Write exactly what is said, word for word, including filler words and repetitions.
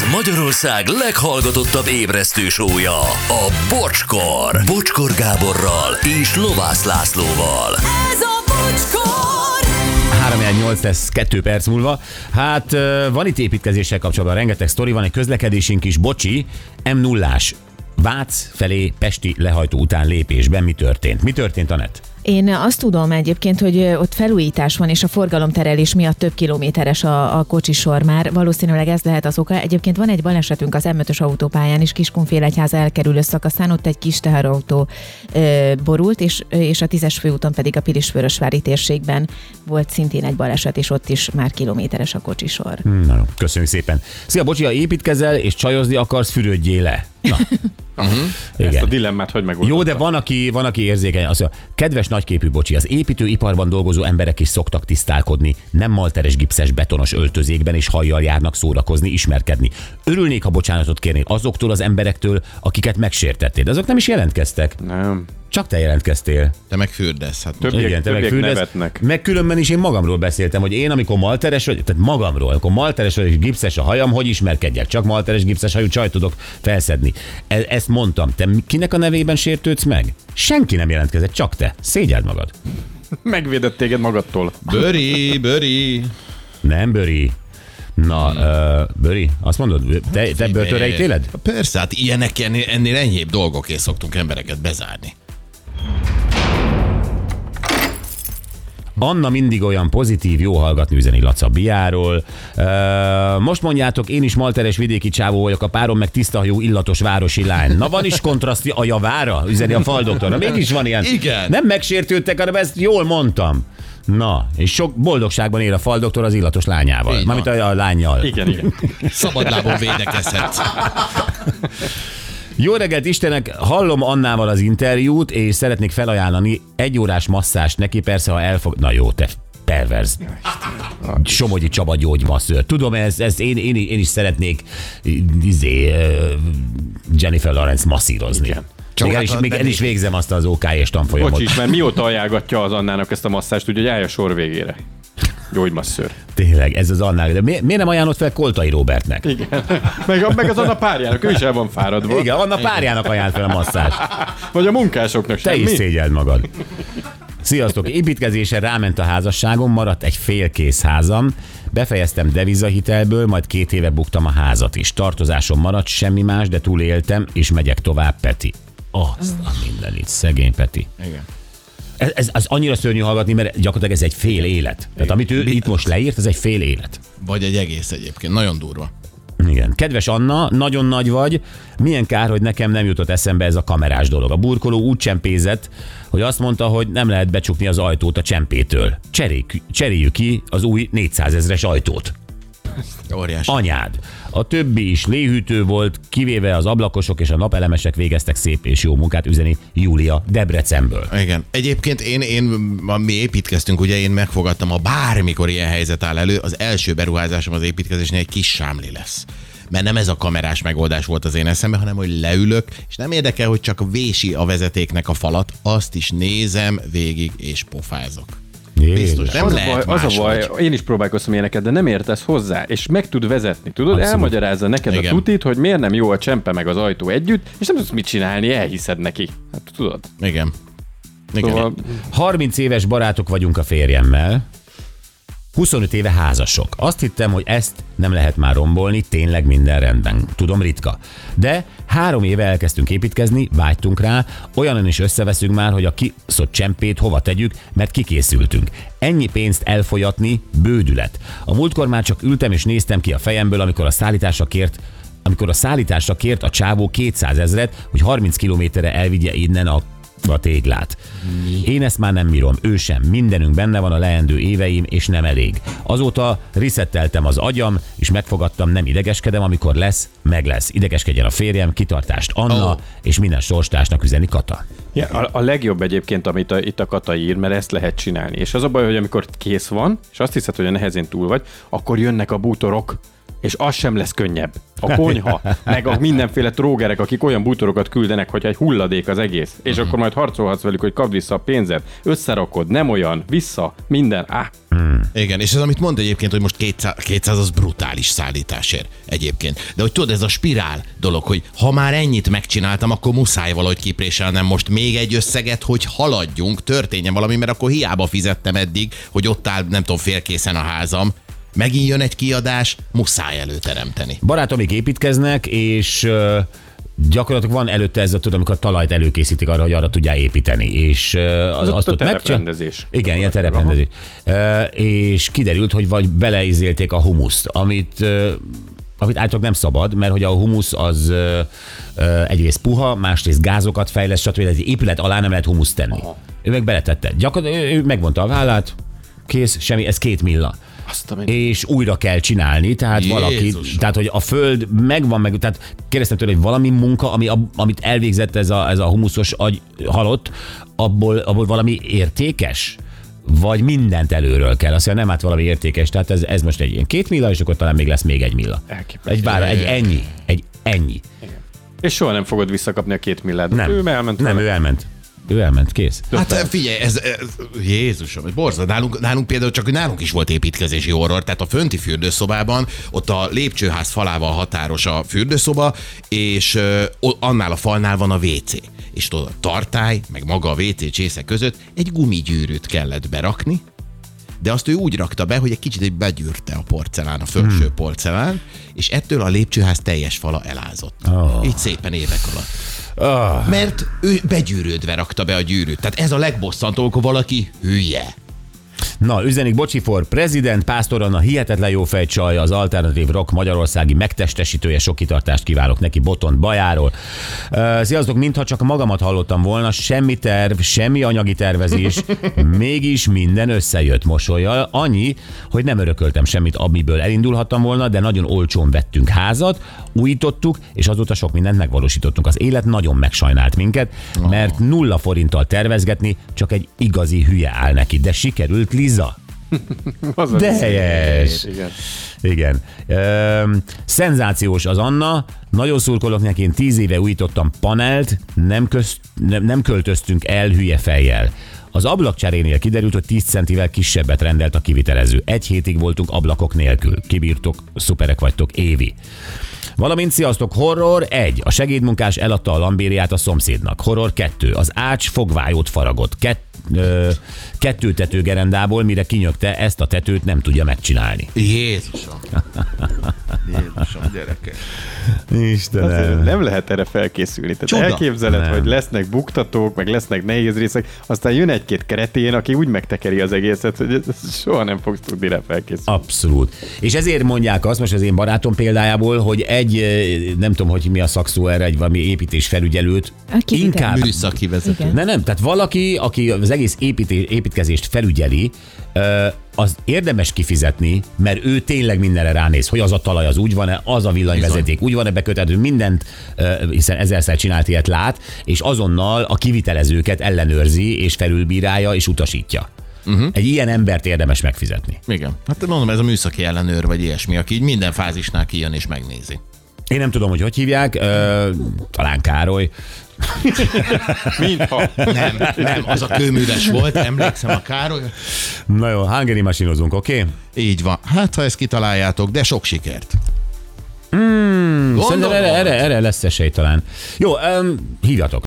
Ez Magyarország leghallgatottabb ébresztő show-ja, a Bocskor. Bocskor Gáborral és Lovász Lászlóval. Ez a Bocskor! három nyolc lesz kettő perc múlva. Hát van itt építkezéssel kapcsolatban rengeteg sztori, van egy közlekedésünk is, bocsi, em nullás. Vác felé pesti lehajtó után lépésben mi történt? Mi történt, Anett? Én azt tudom egyébként, hogy ott felújítás van, és a forgalomterelés miatt több kilométeres a, a kocsisor már. Valószínűleg ez lehet az oka. Egyébként van egy balesetünk az em ötös autópályán is, Kiskunfélegyháza elkerülő szakaszán, ott egy kis teherautó ö, borult, és, és a tízes főúton pedig a Pilisvörösvári térségben volt szintén egy baleset, és ott is már kilométeres a kocsisor. Na jó, köszönjük szépen. Szia, bocsi, ha építkezel és csajozni akarsz, fürödjél le. Na. Uh-huh. Ezt a dilemmát hogy megoldottam? Jó, de van, aki, van, aki érzékeny. Azt mondja, kedves nagyképű bocsi, az építőiparban dolgozó emberek is szoktak tisztálkodni, nem malteres gipszes betonos öltözékben és hajjal járnak szórakozni, ismerkedni. Örülnék, ha bocsánatot kérnél azoktól az emberektől, akiket megsértettél. Azok nem is jelentkeztek. Nem. Csak te jelentkeztél. Te meg fürdesz. Hát Többiek, Igen, te meg fürdesz. Nevetnek. Meg különben is én magamról beszéltem, hogy én, amikor malteres vagy, tehát magamról, amikor malteres vagy és gipszes a hajam, hogy ismerkedjek. Csak malteres gipszes hajú csajt tudok felszedni. E- ezt mondtam. Te kinek a nevében sértődsz meg? Senki nem jelentkezett, csak te. Szégyeld magad. Megvédett téged magadtól. Böri, Böri. Nem, Böri. Na, uh, Böri, azt mondod, te, te börtönre ítéled? Persze, hát ilyenek ennél, ennél enyhébb dolgokért szoktunk embereket bezárni. Anna mindig olyan pozitív, jó hallgatni, üzeni Laca Biáról. Uh, most mondjátok, én is malteres vidéki csávó vagyok, a párom meg tisztahajú, illatos városi lány. Na van is kontraszt a javára, üzeni a faldoktorra. Mégis van ilyen. Igen. Nem megsértődtek, hanem ezt jól mondtam. Na, és sok boldogságban él a faldoktor az illatos lányával. Mármint a, a lányjal. Igen, igen. Szabadlábon védekezhet. Jó reggelt, Istenek! Hallom Annával az interjút, és szeretnék felajánlani egy órás masszást neki, persze, ha elfog... Na jó, te perverz. Somogyi Csaba gyógymasször. Tudom, ez, ez én, én, én is szeretnék izé, Jennifer Lawrence masszírozni. Igen. Még, el is, még el is végzem azt az ó ká és tanfolyamot. Bocsis, mert mióta ajánlgatja az Annának ezt a masszást, úgyhogy állj a sor végére. Gyógymasször. Tényleg, ez az Annának. De mi, miért nem ajánlott fel Koltai Róbertnek? Igen. Meg, meg az Anna párjának, ő is el van fáradva. Igen, Anna párjának ajánlt fel a masszást. Vagy a munkásoknak Te semmi. is szégyeld magad. Sziasztok! Építkezésre ráment a házasságom, maradt egy félkész házam, befejeztem devizahitelből, majd két éve buktam a házat is. Tartozásom maradt, semmi más, de túléltem, és megyek tovább, Peti. Azt a mindenit, szegény Peti. Igen. Ez, ez az annyira szörnyű hallgatni, mert gyakorlatilag ez egy fél élet. Tehát amit ő itt most leírt, ez egy fél élet. Vagy egy egész egyébként, nagyon durva. Igen. Kedves Anna, nagyon nagy vagy. Milyen kár, hogy nekem nem jutott eszembe ez a kamerás dolog. A burkoló úgy csempézett, hogy azt mondta, hogy nem lehet becsukni az ajtót a csempétől. Cseréljük, cseréljük ki az új négyszázezres ajtót. Óriási. Anyád. A többi is léhűtő volt, kivéve az ablakosok és a napelemesek végeztek szép és jó munkát, üzeni Júlia Debrecenből. Igen. Egyébként én, én, mi építkeztünk, ugye én megfogadtam, ha bármikor ilyen helyzet áll elő, az első beruházásom az építkezésnél egy kis sámli lesz. Mert nem ez a kamerás megoldás volt az én eszembe, hanem hogy leülök, és nem érdekel, hogy csak vési a vezetéknek a falat, azt is nézem végig és pofázok. Biztos, nem az lehet a baj, az a baj, vagy. én is próbálkoztam ilyeneket, de nem értesz hozzá, és meg tud vezetni, tudod? Abszolút. Elmagyarázza neked Igen. a tutit, hogy miért nem jó a csempe meg az ajtó együtt, és nem tudsz mit csinálni, elhiszed neki. Hát tudod? Igen. Igen. Szóval... harminc éves barátok vagyunk a férjemmel, huszonöt éve házasok. Azt hittem, hogy ezt nem lehet már rombolni, tényleg minden rendben. Tudom, ritka. De három éve elkezdtünk építkezni, vágytunk rá, olyanon is összeveszünk már, hogy a kiszott csempét hova tegyük, mert kikészültünk. Ennyi pénzt elfolyatni bődület. A múltkor már csak ültem és néztem ki a fejemből, amikor a szállításra kért amikor a szállításra kért a csávó kétszázezret, hogy harminc kilométerre elvigye innen a a téglát. Mi? Én ezt már nem bírom, ő sem. Mindenünk benne van a leendő éveim, és nem elég. Azóta resetteltem az agyam, és megfogadtam, nem idegeskedem, amikor lesz, meg lesz. Idegeskedjen a férjem, kitartást Anna, oh. és minden sorstársnak üzeni Kata. Ja, a, a legjobb egyébként, amit a, itt a Kata ír, mert ezt lehet csinálni. És az a baj, hogy amikor kész van, és azt hiszed, hogy a nehezén túl vagy, akkor jönnek a bútorok, és az sem lesz könnyebb. A konyha, meg a mindenféle trógerek, akik olyan bútorokat küldenek, hogy egy hulladék az egész, és akkor majd harcolhatsz velük, hogy kapd vissza a pénzed, összerakod, nem olyan, vissza, minden, áh. Igen, és ez amit mond egyébként, hogy most kétszáz, kétszáz az brutális szállításért egyébként. De hogy tudod, ez a spirál dolog, hogy ha már ennyit megcsináltam, akkor muszáj valahogy kipréselnem most még egy összeget, hogy haladjunk, történjen valami, mert akkor hiába fizettem eddig, hogy ott áll, nem tudom, félkészen a házam. Megint jön egy kiadás, muszáj előteremteni. Barátomik építkeznek, és uh, gyakorlatilag van előtte ez a tudom, amikor a talajt előkészítik arra, hogy arra tudják építeni. És uh, az, ott azt a ott tereprendezés. Igen, ilyen tereprendezés. Uh, és kiderült, hogy vagy beleizélték a humuszt, amit uh, amit általában nem szabad, mert hogy a humusz az ö, ö, egyrészt puha, másrészt gázokat fejleszt, stb. Egy épület alá nem lehet humuszt tenni. Aha. Ő meg beletette. Gyakorlatilag ő megmondta a vállát, kész, semmi, ez két milla. Azt a és újra kell csinálni, tehát Jézusom. valaki, tehát hogy a föld megvan, meg, tehát kérdeztem tőle, hogy valami munka, ami, amit elvégzett ez a, ez a humuszos agy halott, abból, abból valami értékes? Vagy mindent előről kell. Azt mondja, nem, hát valami értékes. Tehát ez, ez most egy ilyen két milla, és akkor talán még lesz még egy milla. Elképesztő. Egy vára, egy ennyi. Egy ennyi. Igen. És soha nem fogod visszakapni a két milliárdot. Nem. Ő elment. Nem, ő elment. Ő elment, kész. Hát figyelj, ez, ez Jézusom, ez borzad. Nálunk, nálunk például csak nálunk is volt építkezési horror, tehát a fönti fürdőszobában, ott a lépcsőház falával határos a fürdőszoba, és uh, annál a falnál van a vé cé. És tudod, a tartály, meg maga a vé cé csésze között egy gumigyűrűt kellett berakni, de azt ő úgy rakta be, hogy egy kicsit egy begyűrte a porcelán, a felső hmm. porcelán, és ettől a lépcsőház teljes fala elázott. Oh. Így szépen évek alatt. Oh. Mert ő begyűrődve rakta be a gyűrűt. Tehát ez a legbosszantó, amikor valaki hülye. Na, üzenik Bocsifor, prezident Pásztor Anna hihetetlen jó fejcsaj, az alternatív rock magyarországi megtestesítője, sok kitartást kívánok neki Botont Bajáról. Uh, sziasztok, mintha csak magamat hallottam volna, semmi terv, semmi anyagi tervezés, mégis minden összejött mosollyal. Annyi, hogy nem örököltem semmit, amiből elindulhattam volna, de nagyon olcsón vettünk házat, újítottuk, és azóta sok mindent megvalósítottunk. Az élet nagyon megsajnált minket, mert nulla forinttal tervezgetni csak egy igazi hülye áll neki, de sikerült, Liza. De helyes. Igen. Igen. Ö, szenzációs az Anna, nagyon szurkolok neki, én tíz éve újítottam panelt, nem, közt, nem, nem költöztünk el hülye fejjel. Az ablakcserénél kiderült, hogy tíz centivel kisebbet rendelt a kivitelező. Egy hétig voltunk ablakok nélkül. Kibírtok, szuperek vagytok, Évi. Valamint sziasztok, horror egy. A segédmunkás eladta a lambériát a szomszédnak. Horror kettő. Az ács fogvájót faragott. Kett, ö, kettő tetőgerendából, mire kinyögte, ezt a tetőt nem tudja megcsinálni. Jézusom. Jézusom, gyerekek. Istenem. Nem lehet erre felkészülni. Tehát Csoda. elképzeled, Nem. hogy lesznek buktatók, meg lesznek nehéz részek, aztán jön egy-két keretén, aki úgy megtekeri az egészet, hogy ez soha nem fogsz tudni rá felkészülni. Abszolút. És ezért mondják azt, most az én barátom példájából, hogy egy, nem tudom, hogy mi a szakszó erre, egy valami építésfelügyelőt Aki inkább... Műszaki vezető. Igen. Nem, nem, tehát valaki, aki az egész építés, építkezést felügyeli, az érdemes kifizetni, mert ő tényleg mindenre ránéz, hogy az a talaj az úgy van-e, az a villanyvezeték úgy van-e bekötető, mindent, hiszen ezerszer csinált ilyet lát, és azonnal a kivitelezőket ellenőrzi, és felülbírálja, és utasítja. Uh-huh. Egy ilyen embert érdemes megfizetni. Igen. Hát mondom, ez a műszaki ellenőr, vagy ilyesmi, aki így minden fázisnál kijön és megnézi. Én nem tudom, hogy hogy hívják, ö, talán Károly. Mintha. Nem, nem, az a kőműves volt, emlékszem a Károly. Na jó, hangeri masinozunk, oké? Okay? Így van. Hát, ha ezt kitaláljátok, de sok sikert. Hmm, szerintem erre, erre, erre lesz esély talán. Jó, um, hívjatok.